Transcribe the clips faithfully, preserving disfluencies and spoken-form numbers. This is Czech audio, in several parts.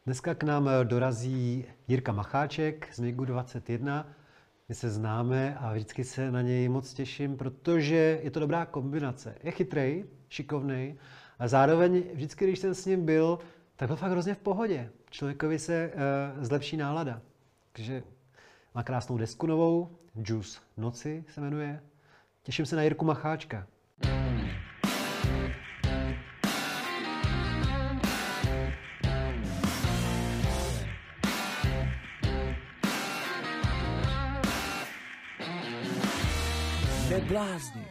Dneska k nám dorazí Jirka Macháček z MIGu dvacet jedna. My se známe a vždycky se na něj moc těším, protože je to dobrá kombinace. Je chytrej, šikovnej a zároveň vždycky, když jsem s ním byl, tak byl fakt hrozně v pohodě. Člověkovi se uh, zlepší nálada. Takže má krásnou desku novou, Juice noci se jmenuje. Těším se na Jirku Macháčka. Neblázni.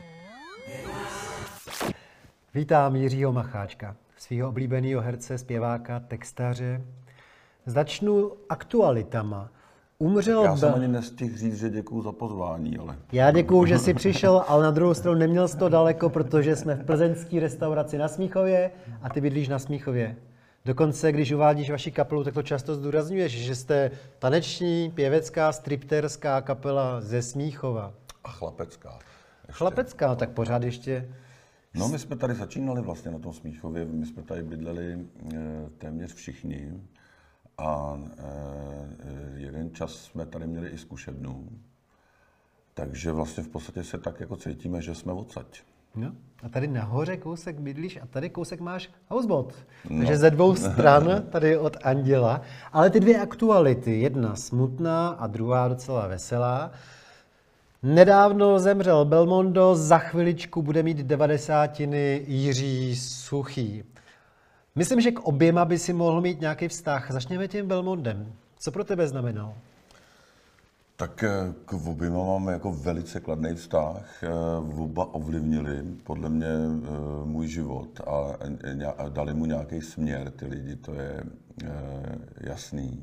Vítám Jiřího Macháčka, svého oblíbeného herce, zpěváka, textaře. Začnu aktualitama. Umřel Já jsem Be- ani nestihl říct, že děkuju za pozvání, ale... Já děkuju, že jsi přišel, ale na druhou stranu neměl jsi to daleko, protože jsme v plzeňské restauraci na Smíchově a ty bydlíš na Smíchově. Dokonce, když uvádíš vaši kapelu, tak to často zdůrazňuješ, že jste taneční, pěvecká, stripterská kapela ze Smíchova. A chlapecká. Ještě. Chlapecká, tak pořád ještě... No, my jsme tady začínali vlastně na tom Smíchově, my jsme tady bydleli e, téměř všichni a e, jeden čas jsme tady měli i zkušebnu, takže vlastně v podstatě se tak jako cítíme, že jsme odsaď. No, a tady nahoře kousek bydlíš a tady kousek máš housebot. No. Takže ze dvou stran, tady od Anděla. Ale ty dvě aktuality, jedna smutná a druhá docela veselá. Nedávno zemřel Belmondo, za chviličku bude mít devadesátiny Jiří Suchý. Myslím, že k oběma by si mohl mít nějaký vztah. Začněme tím Belmondem. Co pro tebe znamenal? Tak k oběma máme jako velice kladný vztah. Oba ovlivnili podle mě můj život a dali mu nějaký směr, ty lidi, to je jasný.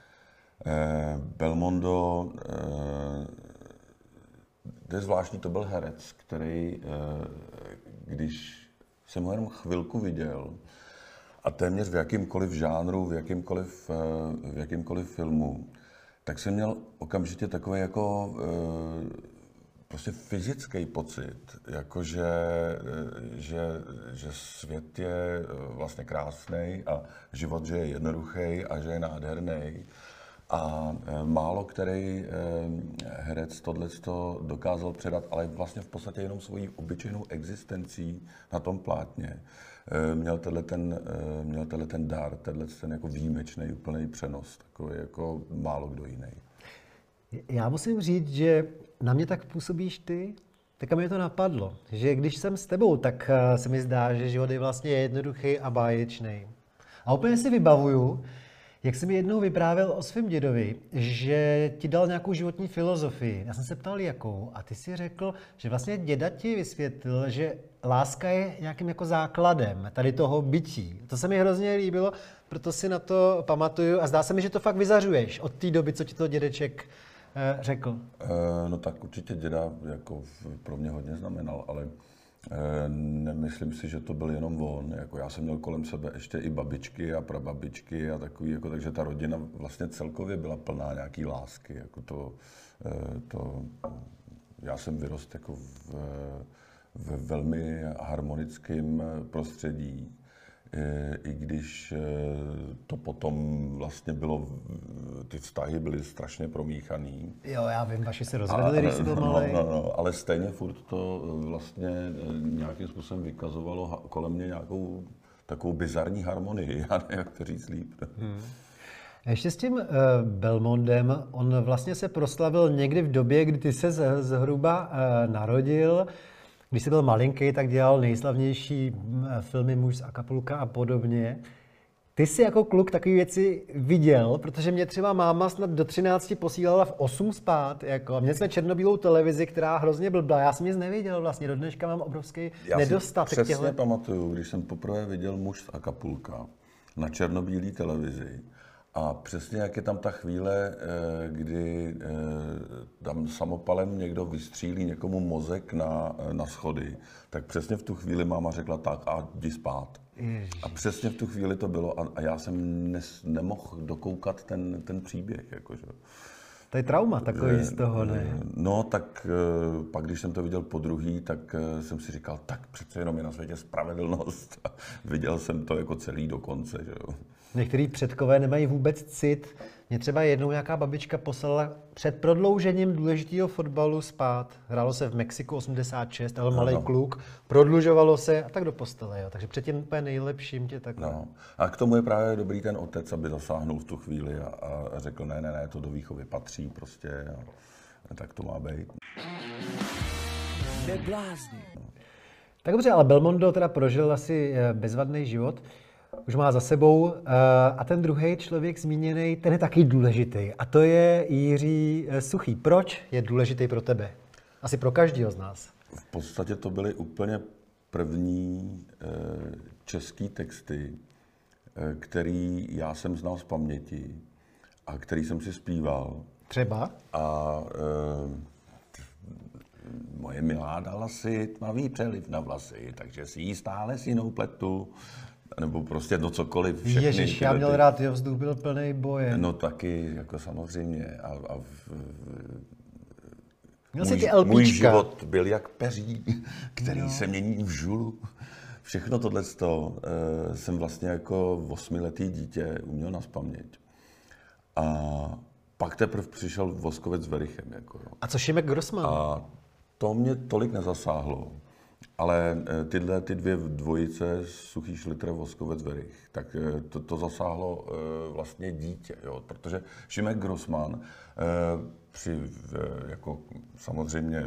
Belmondo, to je zvláštní, to byl herec, který, když jsem ho jenom chvilku viděl a téměř v jakýmkoliv žánru, v jakýmkoliv, v jakýmkoliv filmu, tak jsem měl okamžitě takový jako prostě fyzický pocit, jako že, že, že svět je vlastně krásný a život, že je jednoduchý a že je nádherný. A málo který herec tohleto dokázal předat, ale vlastně v podstatě jenom svojí obyčejnou existencí na tom plátně. Měl tenhle ten, měl tenhle ten dar, tenhle ten jako výjimečný, úplný přenos, takový jako málo kdo jiný. Já musím říct, že na mě tak působíš ty, tak a mě to napadlo, že když jsem s tebou, tak se mi zdá, že život je vlastně jednoduchý a báječný. A úplně si vybavuju, jak jsi mi jednou vyprávěl o svém dědovi, že ti dal nějakou životní filozofii. Já jsem se ptal, jakou, a ty si řekl, že vlastně děda ti vysvětlil, že láska je nějakým jako základem tady toho bytí. To se mi hrozně líbilo, proto si na to pamatuju a zdá se mi, že to fakt vyzařuješ od té doby, co ti to dědeček eh, řekl. E, no tak určitě děda jako pro mě hodně znamenal, ale nemyslím si, že to byl jenom on. Jako já jsem měl kolem sebe ještě i babičky a prababičky a takový, jako, takže ta rodina vlastně celkově byla plná nějaký lásky. Jako to, to, já jsem vyrost jako v, v velmi harmonickém prostředí. I když to potom vlastně bylo, ty vztahy byly strašně promíchaný. Jo, já vím, vaši se rozvedli, když jsi byl malej. No, no, no, ale stejně furt to vlastně nějakým způsobem vykazovalo kolem mě nějakou takovou bizarní harmonii, já nevím, jak to říct líp. Hmm. Ještě s tím uh, Belmondem, on vlastně se proslavil někdy v době, kdy ty se z, zhruba uh, narodil. Když jsi byl malinký, tak dělal nejslavnější filmy Muž z Acapulca a podobně. Ty jsi jako kluk takové věci viděl, protože mě třeba máma snad do třinácti posílala v osm spát. Jako. A měli jsme černobílou televizi, která hrozně blbla. Já jsem nic neviděl vlastně, do dneška mám obrovský Já nedostatek. Já si přesně těhle... pamatuju, když jsem poprvé viděl Muž z Acapulca na černobílé televizi. A přesně jak je tam ta chvíle, kdy tam samopalem někdo vystřílí někomu mozek na, na schody, tak přesně v tu chvíli máma řekla tak a jdi spát. Ježiš. A přesně v tu chvíli to bylo a, a já jsem nes, nemohl dokoukat ten, ten příběh. Jakože. To je trauma takový z toho, ne? No, tak pak, když jsem to viděl po druhý, tak jsem si říkal, tak přece jenom je na světě spravedlnost. A viděl jsem to jako celý do konce, že jo. Některý předkové nemají vůbec cit. Mě třeba jednou nějaká babička poslala před prodloužením důležitého fotbalu spát. Hrálo se v Mexiku osmdesát šest, ale malý kluk. Prodlužovalo se a tak do postele. Jo. Takže před tím úplně nejlepším tě takhle. No. A k tomu je právě dobrý ten otec, aby zasáhnul v tu chvíli a, a řekl, ne, ne, ne, to do výchovy patří prostě. A, a tak to má být. Neblázni. Tak dobře, ale Belmondo teda prožil asi bezvadný život. Už má za sebou. A ten druhý člověk zmíněný, ten je taky důležitý. A to je Jiří Suchý. Proč je důležitý pro tebe? Asi pro každého z nás. V podstatě to byly úplně první český texty, který já jsem znal z paměti a který jsem si zpíval. Třeba? A e, moje milá dala si tmavý přeliv na vlasy, takže si jí stále s jinou pletu. Nebo prostě do cokoliv. Všechny, Ježiš, já měl ty... rád, jo, vzduch byl plný boje. No taky, jako samozřejmě. A, a v, měl můj, si ty LPčka. Můj život byl jak peří, který no. se mění v žulu. Všechno tohleto uh, jsem vlastně jako osmiletý dítě uměl nazpaměť. A pak teprve přišel Voskovec s Werichem. Jako, jo. A co Šimek Grossman? A to mě tolik nezasáhlo. Ale tyhle ty dvě dvojice, Suchý Šlitr, Voskovec, Werich, tak to, to zasáhlo vlastně dítě, jo? Protože Šimek Grossman při, jako samozřejmě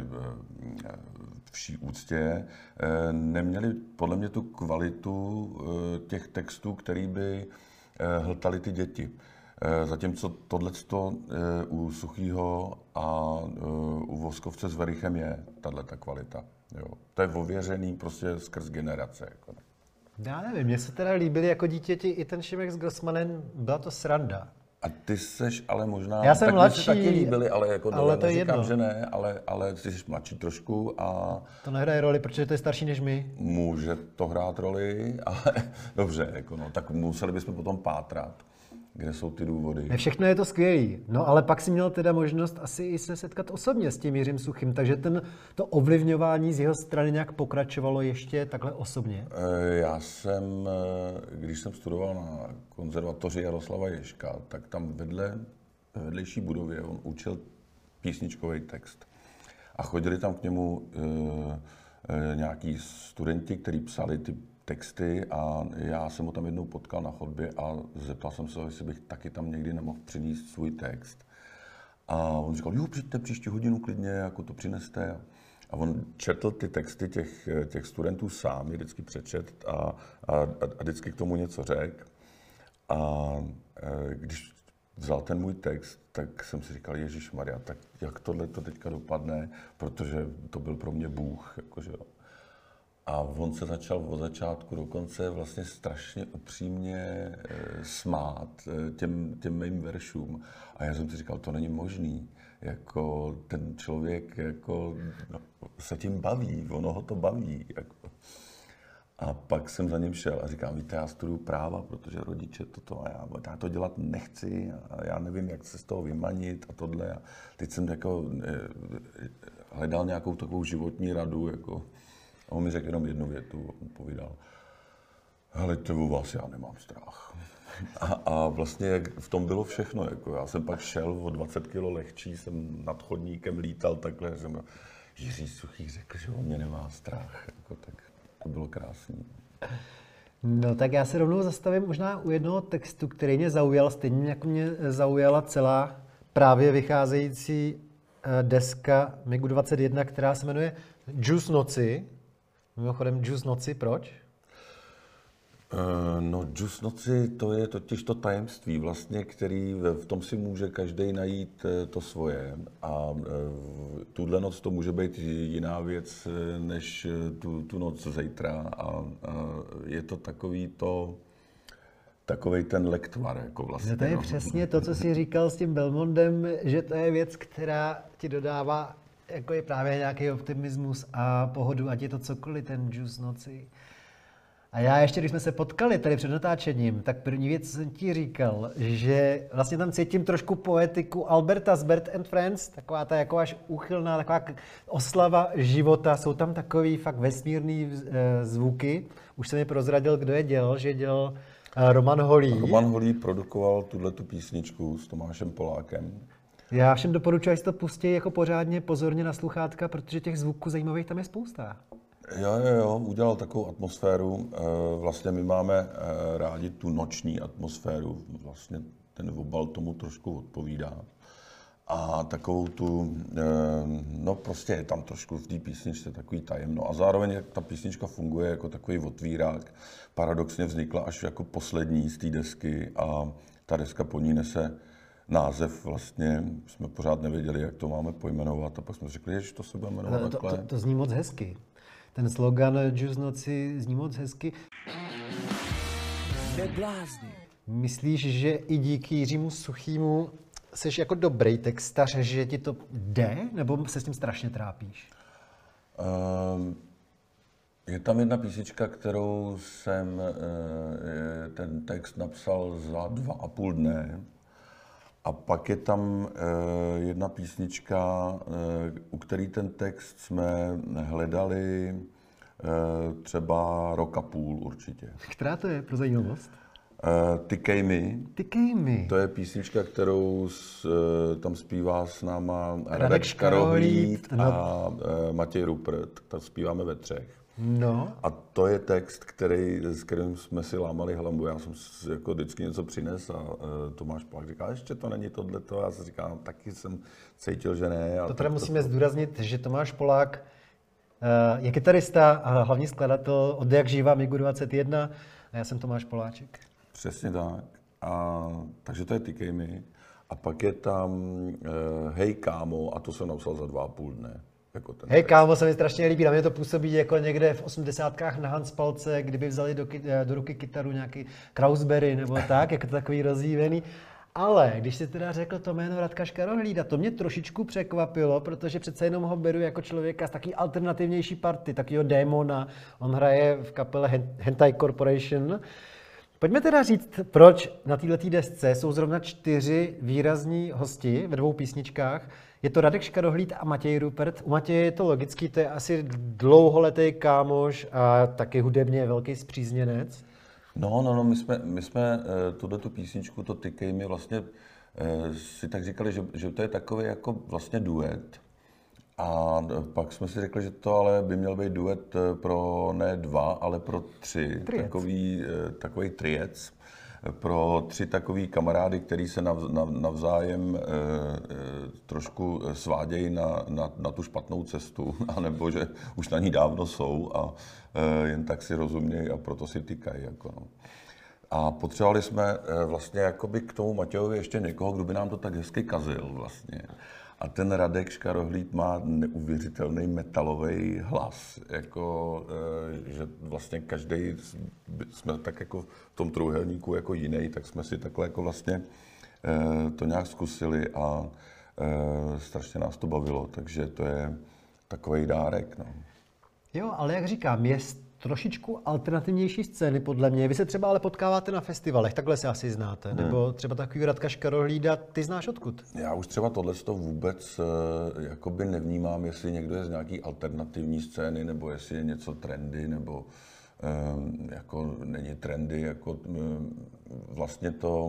vší úctě, neměli podle mě tu kvalitu těch textů, který by hltali ty děti. Zatímco tohleto u Suchýho a u Voskovce s Werichem je tato kvalita. Jo. To je ověřený prostě skrz generace. Jako. Já nevím, mně se teda líbily jako dítěti i ten Šimek s Grossmanem, byla to sranda. A ty seš ale možná... Já jsem tak mladší, se taky líbily, ale jako ale to je neříkám, jedno. že ne, ale, ale ty jsi mladší trošku a... To nehraje roli, protože to je starší než my. Může to hrát roli, ale dobře, jako no, tak museli bychom potom pátrat, kde jsou ty důvody. Ne, všechno je to skvělý, no ale pak si měl teda možnost asi i se setkat osobně s tím Jiřím Suchým, takže ten, to ovlivňování z jeho strany nějak pokračovalo ještě takhle osobně? Já jsem, když jsem studoval na konzervatoři Jaroslava Ježka, tak tam vedle, vedlejší budově on učil písničkový text. A chodili tam k němu e, nějaký studenti, kteří psali ty texty a já jsem ho tam jednou potkal na chodbě a zeptal jsem se, jestli bych taky tam někdy nemohl přinést svůj text. A on říkal, jo, přijďte příští hodinu klidně, jako to přineste. A on četl ty texty těch, těch studentů sám, je vždycky přečet a, a, a vždycky k tomu něco řekl. A když vzal ten můj text, tak jsem si říkal, Ježišmarja, tak jak tohle to teďka dopadne, protože to byl pro mě Bůh. Jakože. A on se začal od začátku do konce vlastně strašně upřímně e, smát e, těm, těm mým veršům. A já jsem si říkal, to není možný. Jako ten člověk jako, no, se tím baví, ono ho to baví. Jako. A pak jsem za ním šel a říkám, víte, já studuju práva, protože rodiče toto a já, já to dělat nechci a já nevím, jak se z toho vymanit a tohle. A teď jsem jako e, hledal nějakou takovou životní radu, jako. A on mi řekl jenom jednu větu, on povídal, hele, to u vás já nemám strach. A, a vlastně v tom bylo všechno. Jako já jsem pak šel o dvacet kilo lehčí, jsem nad chodníkem lítal takhle, jsem Jiří Suchý řekl, že on mě nemá strach. Jako, tak to bylo krásný. No tak já se rovnou zastavím možná u jednoho textu, který mě zaujal, stejně jako mě zaujala celá právě vycházející deska Migu dvacet jedna, která se jmenuje Džus noci. Mimochodem, Džus noci, proč? Uh, no, Džus noci, to je totiž to tajemství vlastně, který v tom si může každý najít to svoje. A uh, tuhle noc to může být jiná věc než tu, tu noc zítra. A uh, je to takový to, takovej ten lektvar, jako vlastně. No to je no. přesně to, co jsi říkal s tím Belmondem, že to je věc, která ti dodává jako je právě nějaký optimismus a pohodu, ať je to cokoliv, ten Džus noci. A já ještě, když jsme se potkali tady před natáčením, tak první věc jsem ti říkal, že vlastně tam cítím trošku poetiku Alberta z Bert and Friends, taková ta jako až úchylná, taková oslava života, jsou tam takový fakt vesmírný zvuky. Už jsem mi prozradil, kdo je dělal, že dělal Roman Holý. Roman Holý produkoval tuhletu písničku s Tomášem Polákem. Já všem doporučuji, že to pustí jako pořádně pozorně na sluchátka, protože těch zvuků zajímavých tam je spousta. Jo, jo, jo, udělal takovou atmosféru. Vlastně my máme rádi tu noční atmosféru. Vlastně ten obal tomu trošku odpovídá. A takovou tu, no prostě je tam trošku v té písničce takový tajemno. A zároveň jak ta písnička funguje jako takový otvírák, paradoxně vznikla až jako poslední z té desky a ta deska po ní nese název vlastně, jsme pořád nevěděli, jak to máme pojmenovat a pak jsme řekli, že to se bude jmenovat to, takhle. To, to, to zní moc hezky. Ten slogan Džus noci zní moc hezky. Myslíš, že i díky Jiřímu Suchýmu jsi jako dobrý textař, že ti to jde, nebo se s tím strašně trápíš? Um, je tam jedna písnička, kterou jsem ten text napsal za dva a půl dne. A pak je tam jedna písnička, u který ten text jsme hledali třeba rok a půl určitě. Která to je pro zajímavost? Uh, Tykej mi. Tykej mi. To je písnička, kterou s, tam zpívá s náma Radek Škarohlíd a uh, Matěj Rupert. To zpíváme ve třech. No. A to je text, který, s kterým jsme si lámali hlavu. Já jsem si jako vždycky něco přines a uh, Tomáš Polák říká, ještě to není tohleto. Já si říkám, taky jsem cítil, že ne. A to teda to, musíme to... zdůraznit, že Tomáš Polák uh, je kytarista a hlavní skladatel od jak žívá Migu dvacet jedna a já jsem Tomáš Poláček. Přesně tak. A, takže to je Tykej mi. A pak je tam uh, Hej kámo, a to jsem napsal za dva a půl dne. Jako ten Hej text. kámo, se mi strašně líbí. Na mě to působí jako někde v osmdesátkách na Hanspalce, kdyby vzali do, do ruky kytaru nějaký Krausberry nebo tak, jako to takový rozdívený. Ale když jsi teda řekl to jméno Radka Škarohlída, to mě trošičku překvapilo, protože přece jenom ho beru jako člověka z taky alternativnější party, takového démona. On hraje v kapele Hentai Corporation. Pojďme teda říct, proč na této desce jsou zrovna čtyři výrazní hosti ve dvou písničkách. Je to Radek Škarohlíd a Matěj Rupert. U Matěje je to logický, to je asi dlouholetý kámoš a taky hudebně velký spřízněnec. No, no, no, my jsme, my jsme tuhle tu písničku, to Tykej mi, vlastně si tak říkali, že, že to je takový jako vlastně duet. A pak jsme si řekli, že to ale by měl být duet pro ne dva, ale pro tři. Triec. Takový, takový triec. Pro tři takový kamarády, který se nav, nav, navzájem e, e, trošku svádějí na, na, na tu špatnou cestu, anebo že už na ní dávno jsou a e, jen tak si rozumějí a proto si tykají. Jako no. A potřebovali jsme e, vlastně jakoby k tomu Matějovi ještě někoho, kdo by nám to tak hezky kazil vlastně. A ten Radek Škarohlíd má neuvěřitelný metalový hlas, jako, že vlastně každý jsme tak jako v tom trojúhelníku jako jiný, tak jsme si takhle jako vlastně to nějak zkusili a strašně nás to bavilo, takže to je takový dárek. No. Jo, ale jak říkám, je trošičku alternativnější scény podle mě. Vy se třeba ale potkáváte na festivalech, takhle se asi znáte. Hmm. Nebo třeba takový Radka Škarohlída, ty znáš odkud? Já už třeba tohle to vůbec jakoby nevnímám, jestli někdo je z nějaký alternativní scény, nebo jestli je něco trendy, nebo um, jako není trendy, jako um, vlastně to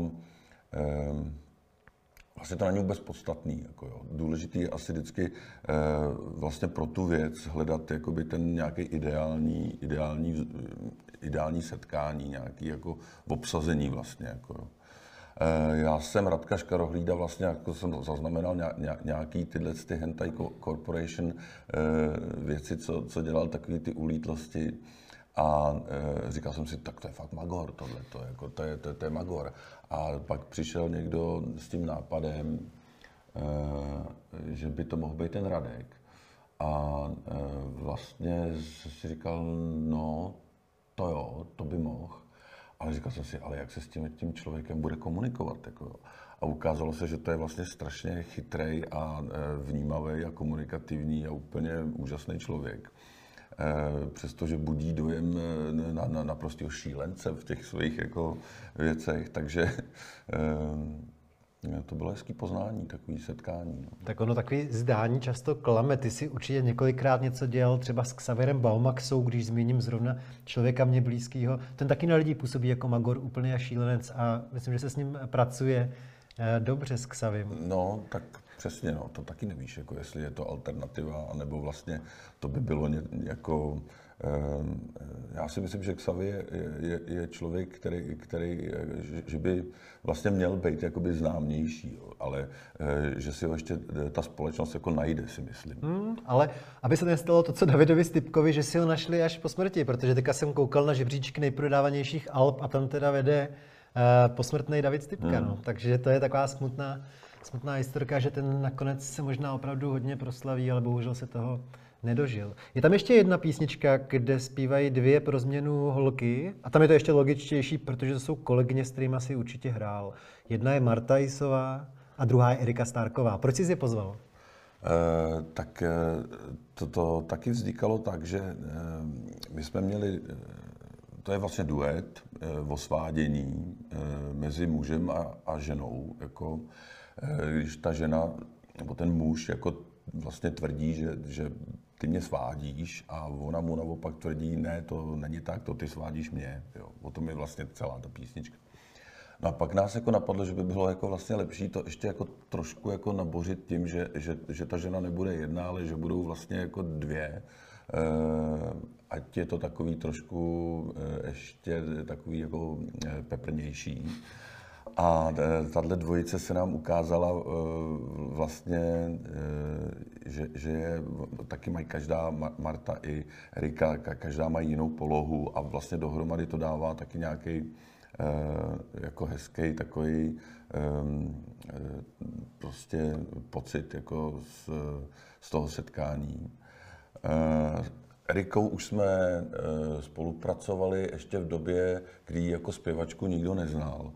um, Vlastně to není vůbec podstatný. Jako jo. Důležitý je asi vždycky eh, vlastně pro tu věc hledat jakoby ten nějaký ideální, ideální, ideální setkání, nějaký jako obsazení vlastně. Jako jo. Eh, já jsem Radka Škarohlída vlastně, jako jsem zaznamenal nějaký tyhle ty Hentai Corporation eh, věci, co, co dělal takový ty ulítlosti. A e, říkal jsem si, tak to je fakt magor tohle, to, jako, to, je, to, to je magor. A pak přišel někdo s tím nápadem, e, že by to mohl být ten Radek. A e, vlastně si říkal, no, to jo, to by mohl. Ale říkal jsem si, ale jak se s tím, tím člověkem bude komunikovat? Jako. A ukázalo se, že to je vlastně strašně chytrej a e, vnímavý a komunikativní a úplně úžasný člověk. Přestože budí dojem na, na, na prostého šílence v těch svých jako věcech, takže To bylo hezký poznání, takový setkání. No. Tak ono takový zdání často klame. Ty si určitě několikrát něco dělal třeba s Xavierem Baumaxou, když zmíním zrovna člověka mě blízkýho. Ten taky na lidi působí jako magor, úplně šílenec a myslím, že se s ním pracuje dobře s Xaviem. No, tak přesně, no, to taky nevíš, jako jestli je to alternativa, anebo vlastně to by bylo ně, jako... Já si myslím, že Xavier je, je, je člověk, který, který že by vlastně měl být jakoby známější, ale že si ho ještě ta společnost jako najde, si myslím. Hmm, ale aby se nestalo to, co Davidovi Stypkovi, že si ho našli až po smrti, protože teďka jsem koukal na žebříčky nejprodávanějších alb a tam teda vede uh, posmrtný David Stypka, hmm. no. Takže to je taková smutná, smutná historka, že ten nakonec se možná opravdu hodně proslaví, ale bohužel se toho nedožil. Je tam ještě jedna písnička, kde zpívají dvě pro změnu holky a tam je to ještě logičtější, protože to jsou kolegyně, s kterými si určitě hrál. Jedna je Marta Isová a druhá je Erika Stárková. Proč jsi je pozval? E, tak to, to taky vznikalo tak, že e, my jsme měli, e, to je vlastně duet e, o svádění e, mezi mužem a, a ženou. Jako, e, když ta žena, nebo ten muž jako vlastně tvrdí, že, že ty mě svádíš a ona mu naopak tvrdí, ne, to není tak, to ty svádíš mě. Jo. O tom je vlastně celá ta písnička. No a pak nás jako napadlo, že by bylo jako vlastně lepší to ještě jako trošku jako nabořit tím, že, že, že ta žena nebude jedna, ale že budou vlastně jako dvě. E, ať je to takový trošku e, ještě takový jako e, peprnější. A tahle dvojice se nám ukázala vlastně, že, že je, taky mají každá, Marta i Erika, každá mají jinou polohu a vlastně dohromady to dává taky nějaký jako hezký takový prostě pocit jako z, z toho setkání. Erikou už jsme spolupracovali ještě v době, kdy jako zpěvačku nikdo neznal.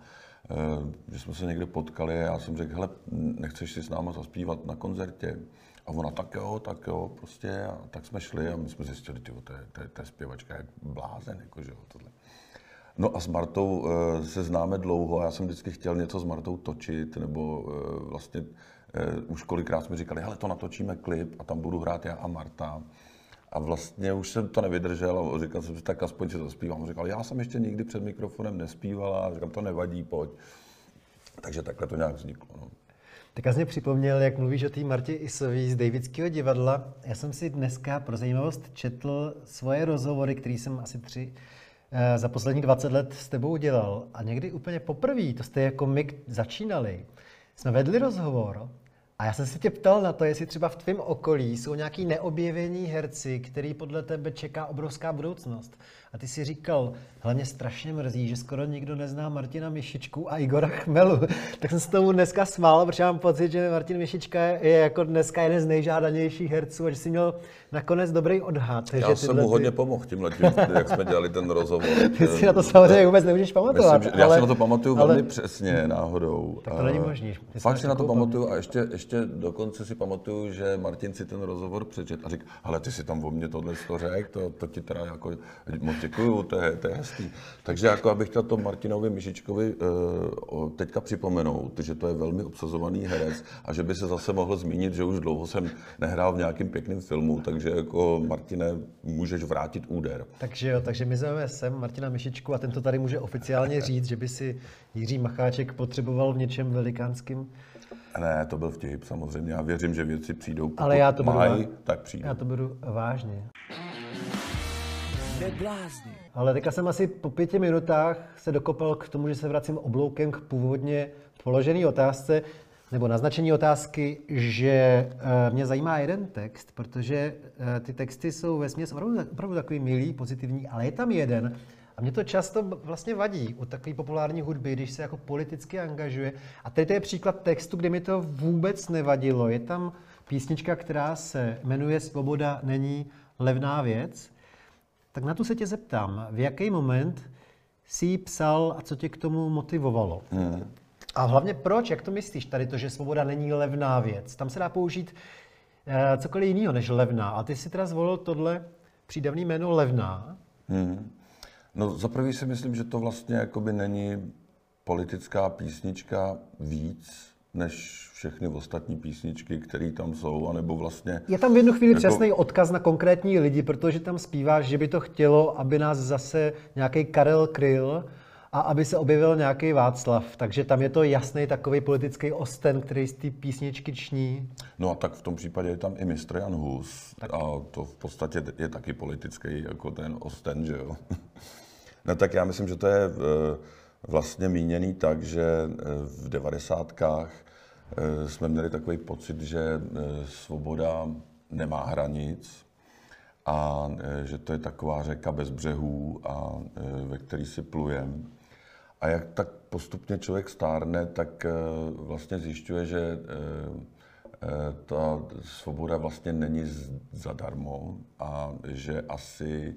Že jsme se někde potkali a já jsem řekl, hele, nechceš si s náma zaspívat na koncertě? A ona, tak jo, tak jo, prostě. A tak jsme šli a my jsme zjistili, tyjo, to je, to je, to je zpěvačka jak blázen, jako, že jo, tohle. No a s Martou uh, se známe dlouho a já jsem vždycky chtěl něco s Martou točit, nebo uh, vlastně uh, už kolikrát jsme říkali, hele, to natočíme klip a tam budu hrát já a Marta. A vlastně už jsem to nevydržel a říkal jsem si, tak aspoň si zaspívám. On říkal, já jsem ještě nikdy před mikrofonem nespívala a říkám, to nevadí, pojď. Takže takhle to nějak vzniklo. No. Tak já jsem mě připomněl, jak mluvíš o té Martě Isové z Davidského divadla. Já jsem si dneska pro zajímavost četl svoje rozhovory, které jsem asi tři za poslední dvacet let s tebou dělal. A někdy úplně poprvé, to jste jako my začínali, jsme vedli rozhovor. A já jsem se tě ptal na to, jestli třeba v tvém okolí jsou nějaký neobjevení herci, který podle tebe čeká obrovská budoucnost. A ty si říkal, hlavně strašně mrzí, že skoro nikdo nezná Martina Mišičku a Igora Chmelu. Tak jsem se tomu dneska smál, protože mám pocit, že Martin Mišička je jako dneska jeden z nejžádanějších herců a že jsi měl nakonec dobrý odhad. Já že jsem mu hodně ty... pomohl tímhletím, jak jsme dělali ten rozhovor. Ty si na to samozřejmě vůbec nemůžeš pamatovat. Myslím, ale... Já si na to pamatuju ale... velmi přesně náhodou. Tak to není možný. Fakt si na to pamatuju a ještě, ještě dokonce si pamatuju, že Martin si ten rozhovor přečet a říkal, hele, ty si tam o mně tohle řekl, to, to ti teda jako moc děkuju, to je, to je hezký. Takže jako abych chtěl to Martinovi Mišičkovi uh, teďka připomenout, že to je velmi obsazovaný herec a že by se zase mohl zmínit, že už dlouho jsem nehrál v nějakým pěkným filmu, takže jako Martine, můžeš vrátit úder. Takže jo, takže my zveme sem Martina Mišičku a ten to tady může oficiálně říct, že by si Jiří Macháček potřeboval v něčem velikánským. Ne, to byl vtip, samozřejmě. Já věřím, že věci přijdou, pokud ale já to budu, mají, tak přijdou. Já to budu vážně. Ale teďka jsem asi po pěti minutách se dokopal k tomu, že se vracím obloukem k původně položené otázce, nebo naznačení otázky, že mě zajímá jeden text, protože ty texty jsou vesměs opravdu, opravdu takový milý, pozitivní, ale je tam jeden, a mě to často vlastně vadí u takové populární hudby, když se jako politicky angažuje. A tady to je příklad textu, kde mi to vůbec nevadilo. Je tam písnička, která se jmenuje Svoboda není levná věc. Tak na tu se tě zeptám, v jaký moment jsi ji psal a co tě k tomu motivovalo? Hmm. A hlavně proč, jak to myslíš tady to, že svoboda není levná věc? Tam se dá použít eh, cokoliv jiného než levná. A ty si teda zvolil tohle přídavné jméno levná. Hmm. No za prvý si myslím, že to vlastně jakoby není politická písnička víc, než všechny ostatní písničky, které tam jsou, anebo vlastně... Je tam v jednu chvíli jako... přesný odkaz na konkrétní lidi, protože tam zpíváš, že by to chtělo, aby nás zase nějaký Karel kryl a aby se objevil nějaký Václav. Takže tam je to jasný takový politický osten, který z té písničky ční. No a tak v tom případě je tam i mistr Jan Hus tak. A to v podstatě je taky politický, jako ten osten, že jo. No tak já myslím, že to je vlastně míněný tak, že v devadesátkách jsme měli takový pocit, že svoboda nemá hranic a že to je taková řeka bez břehů, a ve který si plujeme. A jak tak postupně člověk stárne, tak vlastně zjišťuje, že ta svoboda vlastně není zadarmo a že asi,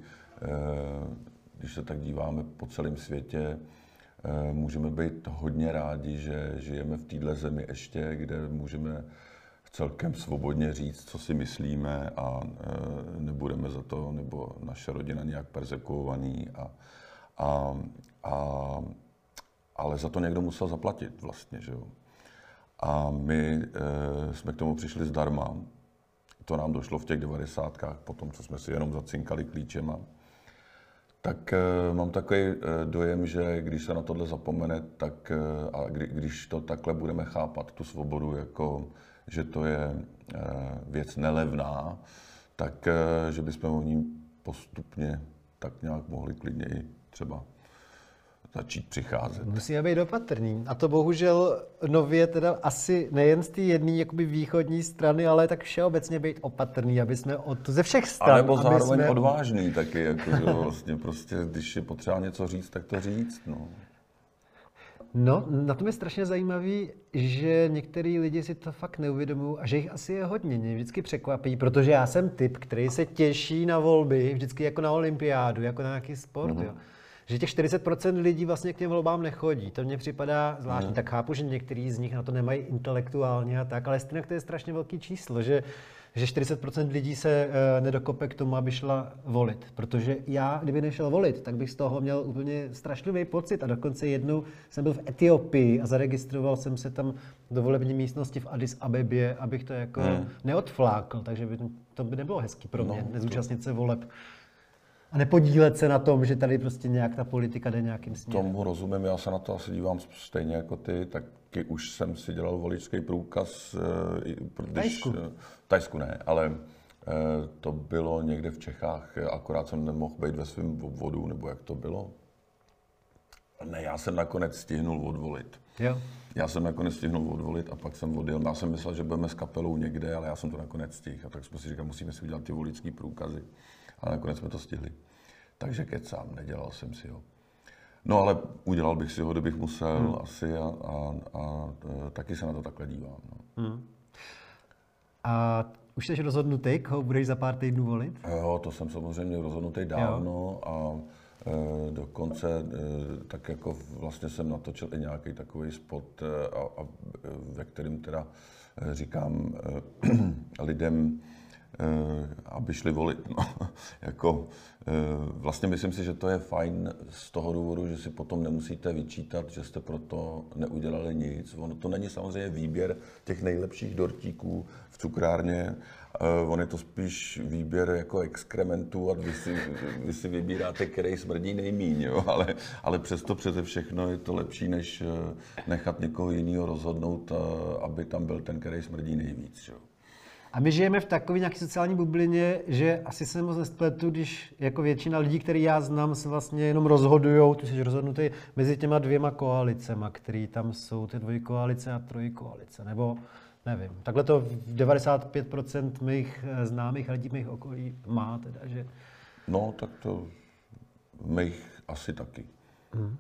když se tak díváme po celém světě, můžeme být hodně rádi, že žijeme v této zemi ještě, kde můžeme celkem svobodně říct, co si myslíme a nebudeme za to, nebo naše rodina nějak perzekuovaný. A, a, a, ale za to někdo musel zaplatit vlastně, že jo. A my e, jsme k tomu přišli zdarma. To nám došlo v těch devadesátkách, po tom, co jsme si jenom zacinkali klíčema. Tak e, mám takový e, dojem, že když se na tohle zapomene, tak e, a kdy, když to takhle budeme chápat, tu svobodu, jako že to je e, věc nelevná, tak e, že bychom o ní postupně tak nějak mohli klidně i třeba začít přicházet. Musíme být opatrný. A to bohužel nově teda asi nejen z té jedné jakoby východní strany, ale tak všeobecně být opatrný, aby jsme od, ze všech stran... A nebo zároveň jsme... odvážný taky, jako, že vlastně prostě, když je potřeba něco říct, tak to říct, no. No, na tom je strašně zajímavý, že některý lidi si to fakt neuvědomují a že jich asi je hodně. Mě vždycky překvapí, protože já jsem typ, který se těší na volby, vždycky jako na olympiádu, jako na nějaký sport, mm-hmm. jo. Že těch čtyřicet procent lidí vlastně k těm volbám nechodí. To mně připadá zvláštní. Mm. Tak chápu, že některý z nich na to nemají intelektuálně a tak, ale stejně to je strašně velký číslo, že, že čtyřicet procent lidí se uh, nedokope k tomu, aby šla volit. Protože já, kdyby nešel volit, tak bych z toho měl úplně strašlivý pocit. A dokonce jednou jsem byl v Etiopii a zaregistroval jsem se tam do volební místnosti v Addis Abebě, abych to jako mm. neodflákl. Takže by to, to by nebylo hezký pro mě, no, nezúčastnit se voleb. A nepodílet se na tom, že tady prostě nějak ta politika jde nějakým směrem. Tomu rozumím, já se na to asi dívám stejně jako ty, taky už jsem si dělal voličský průkaz. V Tajsku? V Tajsku ne, ale to bylo někde v Čechách, akorát jsem nemohl být ve svém obvodu, nebo jak to bylo. Ne, já jsem nakonec stihnul odvolit. Jo. Já jsem nakonec stihnul odvolit a pak jsem odjel. Já jsem myslel, že budeme s kapelou někde, ale já jsem to nakonec stihl. A tak jsme si říkali, musíme si udělat ty voličský průkazy. A nakonec jsme to stihli. Takže kecám, nedělal jsem si ho. No ale udělal bych si ho, kdybych musel hmm. asi a, a, a, a taky se na to takhle dívám. No. Hmm. A už jsi rozhodnutý, koho budeš za pár týdnů volit? Jo, to jsem samozřejmě rozhodnutý dávno jo. a e, dokonce e, tak jako vlastně jsem natočil i nějaký takový spot, e, a, a, ve kterým teda e, říkám e, lidem, aby šli volit. No. jako, vlastně myslím si, že to je fajn z toho důvodu, že si potom nemusíte vyčítat, že jste proto neudělali nic. Ono to není samozřejmě výběr těch nejlepších dortíků v cukrárně, on je to spíš výběr jako exkrementů a vy si, vy si vybíráte, který smrdí nejmíň, jo? Ale, ale přesto přeze všechno je to lepší, než nechat někoho jiného rozhodnout, aby tam byl ten, který smrdí nejvíc. Jo? A my žijeme v takové nějaké sociální bublině, že asi se moc nespletu, když jako většina lidí, který já znám, se vlastně jenom rozhodujou, tu jsi rozhodnutý mezi těma dvěma koalicema, které tam jsou, ty dvojkoalice a trojkoalice, nebo nevím. Takhle to v devadesát pět procent mých známých lidí, mých okolí má teda, že... No, tak to mých asi taky. Hmm.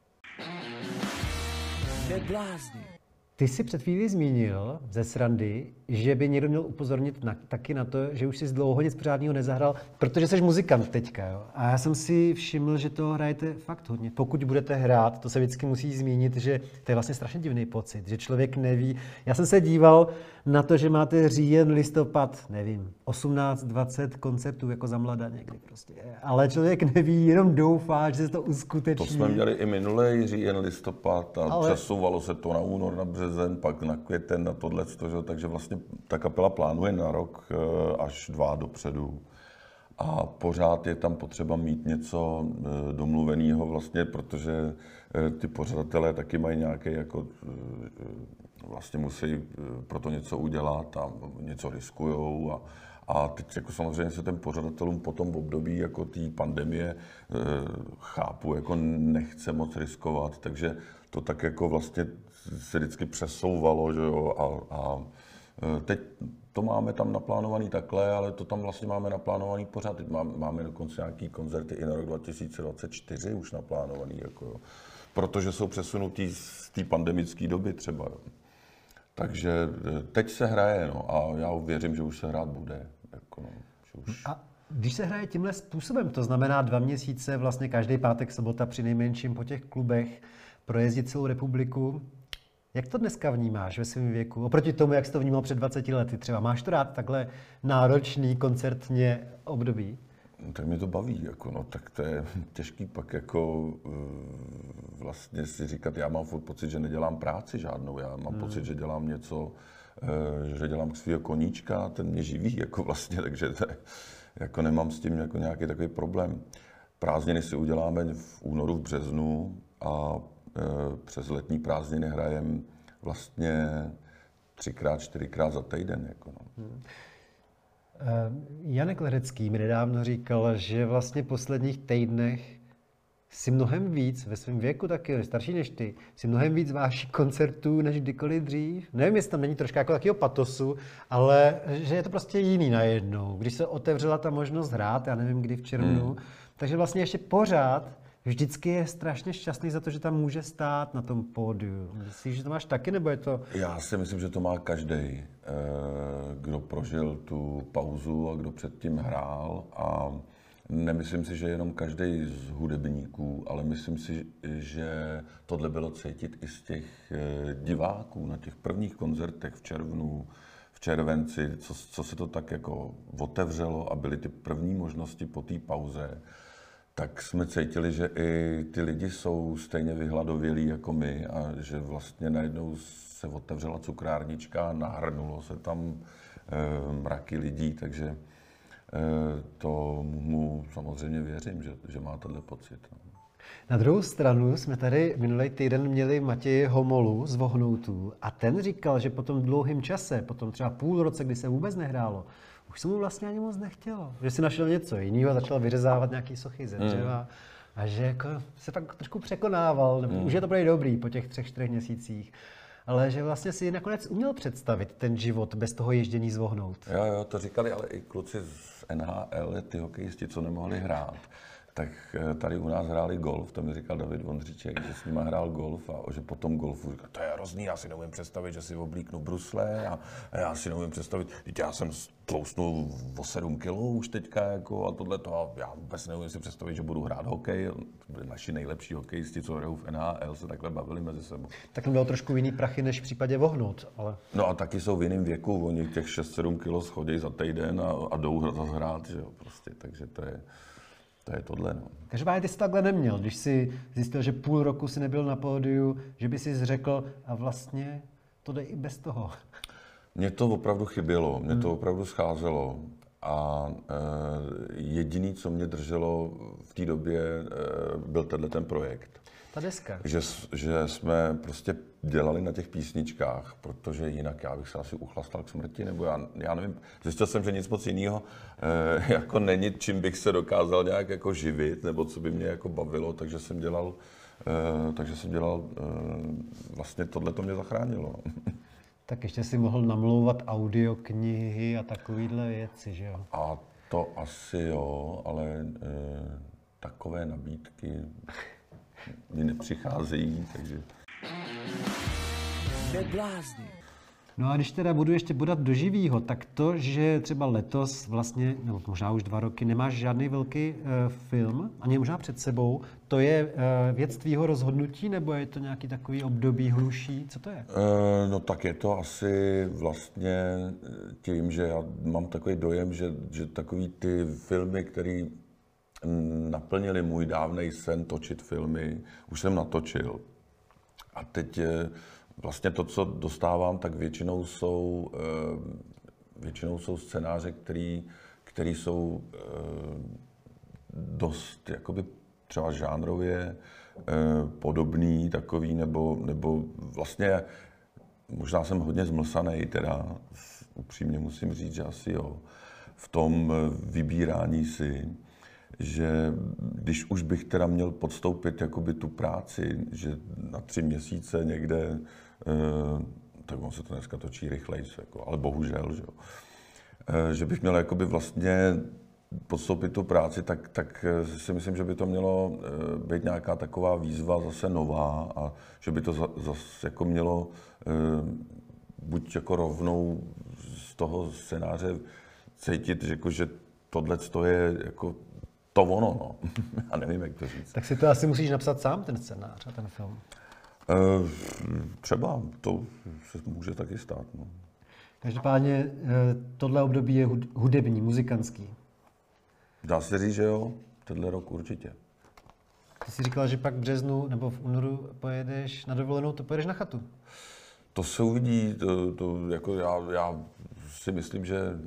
Neblázni. Ty jsi před chvílí zmínil ze srandy, že by někdo měl upozornit na, taky na to, že už jsi dlouho nic pořádného nezahrál, protože jsi muzikant teďka. Jo? A já jsem si všiml, že to hrajete fakt hodně. Pokud budete hrát, to se vždycky musí zmínit, že to je vlastně strašně divný pocit, že člověk neví. Já jsem se díval na to, že máte říjen, listopad, nevím, osmnáct dvacet koncertů jako za mladá někdy prostě. Ale člověk neví, jenom doufá, že se to uskuteční. To jsme měli i minulý říjen, listopad a ale... přesouvalo se to na únor, na březen. březen, pak na květen, na tohle, takže vlastně ta kapela plánuje na rok až dva dopředu. A pořád je tam potřeba mít něco domluveného vlastně, protože ty pořadatelé taky mají nějaké, jako vlastně musí pro to něco udělat a něco riskujou. A, a teď jako samozřejmě se ten pořadatelům po tom období jako té pandemie chápu, jako nechce moc riskovat, takže to tak jako vlastně se vždycky přesouvalo, že jo, a, a teď to máme tam naplánovaný takhle, ale to tam vlastně máme naplánovaný pořád. Máme, máme dokonce nějaký koncerty i na rok dva tisíce dvacet čtyři už naplánovaný, jako jo. Protože jsou přesunutý z té pandemické doby třeba. Jo. Takže teď se hraje, no, a já věřím, že už se hrát bude. Jako, no, že už... A když se hraje tímhle způsobem, to znamená dva měsíce, vlastně každý pátek, sobota při nejmenším po těch klubech, projezdit celou republiku, jak to dneska vnímáš ve svém věku? Oproti tomu, jak jsi to vnímal před dvaceti lety třeba. Máš to rád takhle náročný koncertně období? No, tak mě to baví, jako, no, tak to je těžký pak jako vlastně si říkat, já mám furt pocit, že nedělám práci žádnou, já mám hmm. pocit, že dělám něco, že dělám svýho koníčka, ten mě živí, jako vlastně, takže to je, jako nemám s tím jako nějaký takový problém. Prázdniny si uděláme v únoru, v březnu a přes letní prázdniny hrajem vlastně třikrát, čtyřikrát za týden. Jako no. hmm. Janek Ledecký mi nedávno říkal, že vlastně v posledních týdnech si mnohem víc, ve svém věku taky, starší než ty, si mnohem víc váží koncertů než kdykoliv dřív. Nevím, jestli tam není troška jako takového patosu, ale že je to prostě jiný najednou. Když se otevřela ta možnost hrát, já nevím kdy v červnu, hmm. takže vlastně ještě pořád vždycky je strašně šťastný za to, že tam může stát na tom pódiu. Myslíš, že to máš taky, nebo je to... Já si myslím, že to má každý, kdo prožil tu pauzu a kdo předtím hrál. A nemyslím si, že jenom každý z hudebníků, ale myslím si, že tohle bylo cítit i z těch diváků na těch prvních koncertech v červnu, v červenci, co, co se to tak jako otevřelo a byly ty první možnosti po té pauze. Tak jsme cítili, že i ty lidi jsou stejně vyhladovělí jako my a že vlastně najednou se otevřela cukrárnička a nahrnulo se tam e, mraky lidí, takže e, tomu samozřejmě věřím, že, že má tenhle pocit. No. Na druhou stranu jsme tady minulý týden měli Matěje Homolu z Vohnoutů a ten říkal, že po tom dlouhém čase, po tom třeba půl roce, kdy se vůbec nehrálo, už se mu vlastně ani moc nechtělo. Že si našel něco jiného, začal vyřezávat nějaký sochy ze dřeva mm. a že jako se tak trošku překonával, nebo mm. už je to bude dobrý po těch třech, čtyřech měsících. Ale že vlastně si nakonec uměl představit ten život bez toho ježdění zvohnout. Jo, jo, to říkali ale i kluci z N H L, ty hokejisti, co nemohli hrát. Tak tady u nás hráli golf, to mi říkal David Vondříček, že s nima hrál golf a že po tom golfu říkal, to je hrozný, já si neumím představit, že si oblíknu brusle a já si neumím představit, já jsem tloustnul o sedm kilo už teďka jako a tohle to, já vůbec neumím si představit, že budu hrát hokej. Byli naši nejlepší hokejisti, co hrajou v N H L, se takhle bavili mezi sebou. Tak to bylo trošku jiný prachy než v případě Vohnout, ale... No a taky jsou v jiném věku, oni těch šest sedm kilo schodí za týden a, a jdou zase hrát, že jo, prostě, takže to je... To je tohle, no. Každopádně ty jsi takhle neměl, když jsi zjistil, že půl roku si nebyl na pódiu, že by si řekl a vlastně to jde i bez toho. Mně to opravdu chybělo, mně to hmm. opravdu scházelo a e, jediný, co mě drželo v té době, e, byl tenhle ten projekt. Ta deska. Že, že jsme prostě dělali na těch písničkách, protože jinak já bych se asi uchlastal k smrti, nebo já, já nevím, zjistil jsem, že nic moc jiného e, jako není, čím bych se dokázal nějak jako živit, nebo co by mě jako bavilo, takže jsem dělal, e, takže jsem dělal, e, vlastně tohle to mě zachránilo. Tak ještě si mohl namlouvat audioknihy a takovýhle věci, že jo? A to asi jo, ale e, takové nabídky mi nepřicházejí, takže... Neblázni. No a když teda budu ještě bodat do živýho, tak to, že třeba letos vlastně, nebo možná už dva roky, nemáš žádný velký uh, film, ani možná před sebou, to je uh, věc tvýho rozhodnutí, nebo je to nějaký takový období hluší? Co to je? Uh, no tak je to asi vlastně tím, že já mám takový dojem, že, že takový ty filmy, které naplnili můj dávnej sen točit filmy, už jsem natočil. A teď vlastně to, co dostávám, tak většinou jsou, většinou jsou scénáře, který, který jsou dost jakoby třeba žánrově podobný takový, nebo, nebo vlastně možná jsem hodně zmlsanej, teda upřímně musím říct, že asi jo, v tom vybírání si, že když už bych teda měl podstoupit jakoby tu práci, že na tři měsíce někde, tak on se to dneska točí rychleji, jako, ale bohužel, že, jo, že bych měl jakoby vlastně podstoupit tu práci, tak, tak si myslím, že by to mělo být nějaká taková výzva zase nová a že by to zase jako mělo buď jako rovnou z toho scénáře cítit, že, jako, že tohle je jako to ono, no. Já nevím, jak to říct. Tak si to asi musíš napsat sám, ten scénář a ten film. E, třeba, to se může taky stát, no. Každopádně tohle období je hudební, muzikantský. Dá se říct, že jo, tenhle rok určitě. Ty jsi říkal, že pak v březnu nebo v únoru pojedeš na dovolenou, to pojedeš na chatu. To se uvidí, to, to jako já, já si myslím, že e,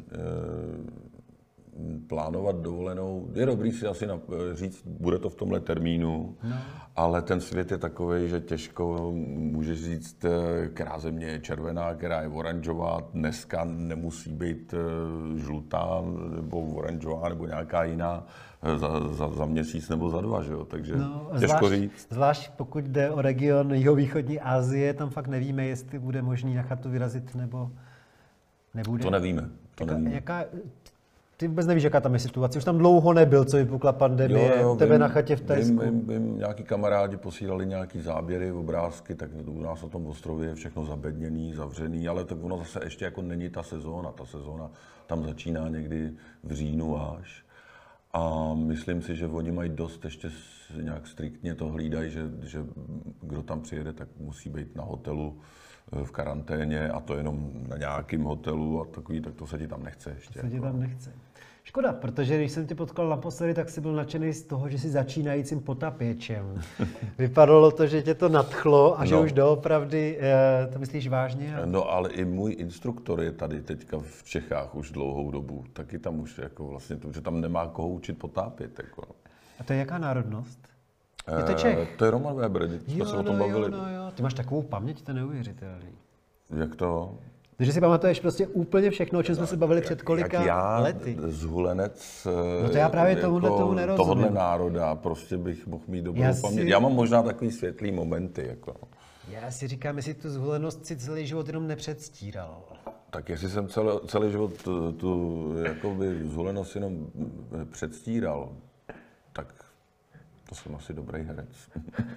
plánovat dovolenou, je dobrý si asi na, říct, bude to v tomhle termínu, no. Ale ten svět je takový, že těžko můžeš říct, která země je červená, která je oranžová, dneska nemusí být žlutá nebo oranžová nebo nějaká jiná za, za, za měsíc nebo za dva, že jo? Takže no, těžko zvlášť, říct. Zvlášť pokud jde o region jihovýchodní Asie, tam fakt nevíme, jestli bude možný na chatu vyrazit nebo nebude. To nevíme. To jaká, nevíme. Jaká, ty vůbec nevíš, jaká tam je situace. Už tam dlouho nebyl, co vypukla pandemie, jo, jo, tebe vím, na chatě v Thajsku. Vím, vím, vím, nějaký kamarádi posílali nějaký záběry, obrázky, tak u nás na tom ostrově je všechno zabedněný, zavřený, ale tak ono zase ještě jako není ta sezóna. Ta sezóna tam začíná někdy v říjnu až. A myslím si, že oni mají dost, ještě nějak striktně to hlídají, že, že kdo tam přijede, tak musí být na hotelu v karanténě a to jenom na nějakém hotelu a takový, tak to se ti tam nechce ještě. To se ti tam nechce. Škoda, protože když jsem tě potkal naposledy, tak jsi byl nadšený z toho, že jsi začínajícím potapěčem. Vypadalo to, že tě to nadchlo a no. Že už doopravdy, to myslíš vážně? No ale i můj instruktor je tady teďka v Čechách už dlouhou dobu, taky tam už jako vlastně, že tam nemá koho učit potápět. Jako. A to je jaká národnost? Je to Čech? E, to je Roman Weber, jsme jo, se o tom no, bavili. Jo, no, jo. Ty máš takovou paměť, to je neuvěřitelný. Jak to? Takže si pamatuješ prostě úplně všechno, o čem jsme se bavili před kolika jak já, lety. Zhulenec no to já právě tomuhle jako tomu nerozumím. Tohohle národa, prostě bych mohl mít dobrou já paměť. Si... Já mám možná takový světlý momenty. Jako. Já si říkám, jestli tu zhulenost si celý život jenom nepředstíral. Tak jestli jsem celý, celý život tu, tu jakoby zhulenost jenom předstíral, tak to jsem asi dobrý herec.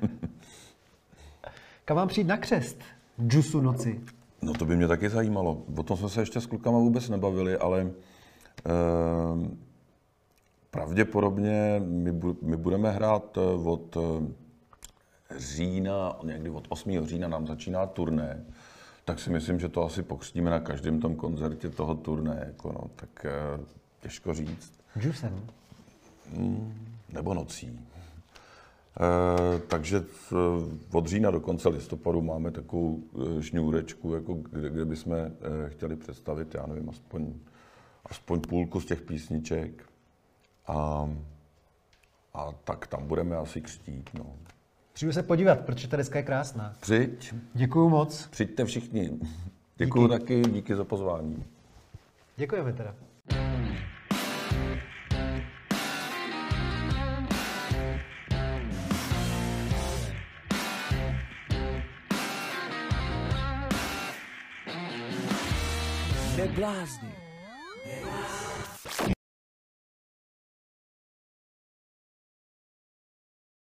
Kam mám přijít na křest? Džusu noci. No to by mě taky zajímalo. O tom jsme se ještě s klukama vůbec nebavili, ale eh, pravděpodobně my, bu, my budeme hrát od října, někdy od osmého října nám začíná turné, tak si myslím, že to asi pokřtíme na každém tom koncertě toho turné, jako no, tak eh, těžko říct. Džusem? Hmm, nebo nocí. E, takže v, od října do konce listopadu máme takovou šňůrečku, jako kde, kde bychom e, chtěli představit, já nevím, aspoň, aspoň půlku z těch písniček. A, a tak tam budeme asi křtít. No. Přijdu se podívat, protože ta deska je krásná. Přijď. Děkuju moc. Přijďte všichni. Děkuju díky. Taky, díky za pozvání. Děkujeme teda. Neblázni.